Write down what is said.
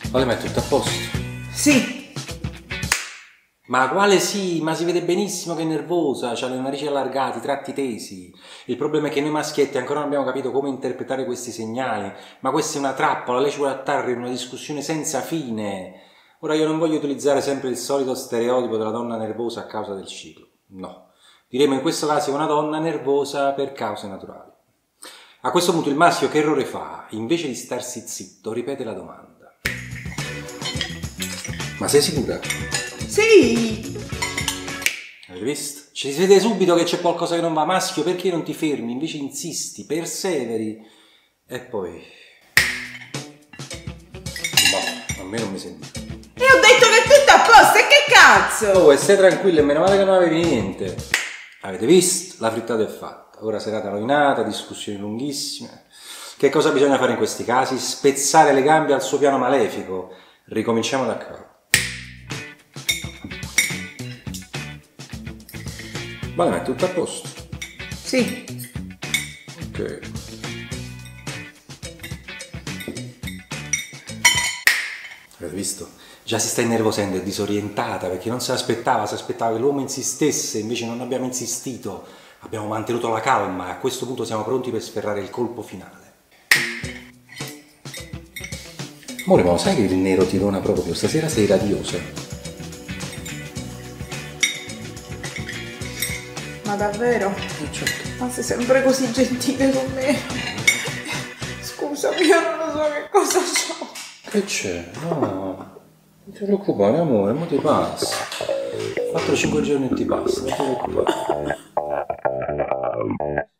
Vale, ma è tutto a posto? Sì. Ma quale sì? Ma si vede benissimo che è nervosa, ha le narici allargate, i tratti tesi. Il problema è che noi maschietti ancora non abbiamo capito come interpretare questi segnali. Ma questa è una trappola, lei ci vuole attrarre in una discussione senza fine. Ora io non voglio utilizzare sempre il solito stereotipo della donna nervosa a causa del ciclo. No. Diremo in questo caso è una donna nervosa per cause naturali. A questo punto il maschio che errore fa? Invece di starsi zitto, ripete la domanda. Ma sei sicura? Sì. Avete visto? Ci si vede subito che c'è qualcosa che non va. Maschio, perché non ti fermi? Invece insisti, perseveri. E poi... No, a me non mi sembra. E ho detto che è tutto a posto, e che cazzo? Oh, e stai tranquillo, e meno male che non avevi niente. Avete visto? La frittata è fatta. Ora serata rovinata, discussioni lunghissime. Che cosa bisogna fare in questi casi? Spezzare le gambe al suo piano malefico. Ricominciamo da capo. Vale, ma è tutto a posto? Sì. Ok. Avete visto? Già si sta innervosendo, è disorientata perché non se l'aspettava, si aspettava che l'uomo insistesse, invece non abbiamo insistito, abbiamo mantenuto la calma e a questo punto siamo pronti per sferrare il colpo finale. Amore, ma lo sai che il nero ti dona proprio? Stasera sei radiosa. Ma davvero? Certo. Ma sei sempre così gentile con me. Scusami, io non lo so che cosa c'ho. Che c'è? No, non ti preoccupare, amore, mo ti passa. 4-5 giorni e ti passa, non ti preoccupare.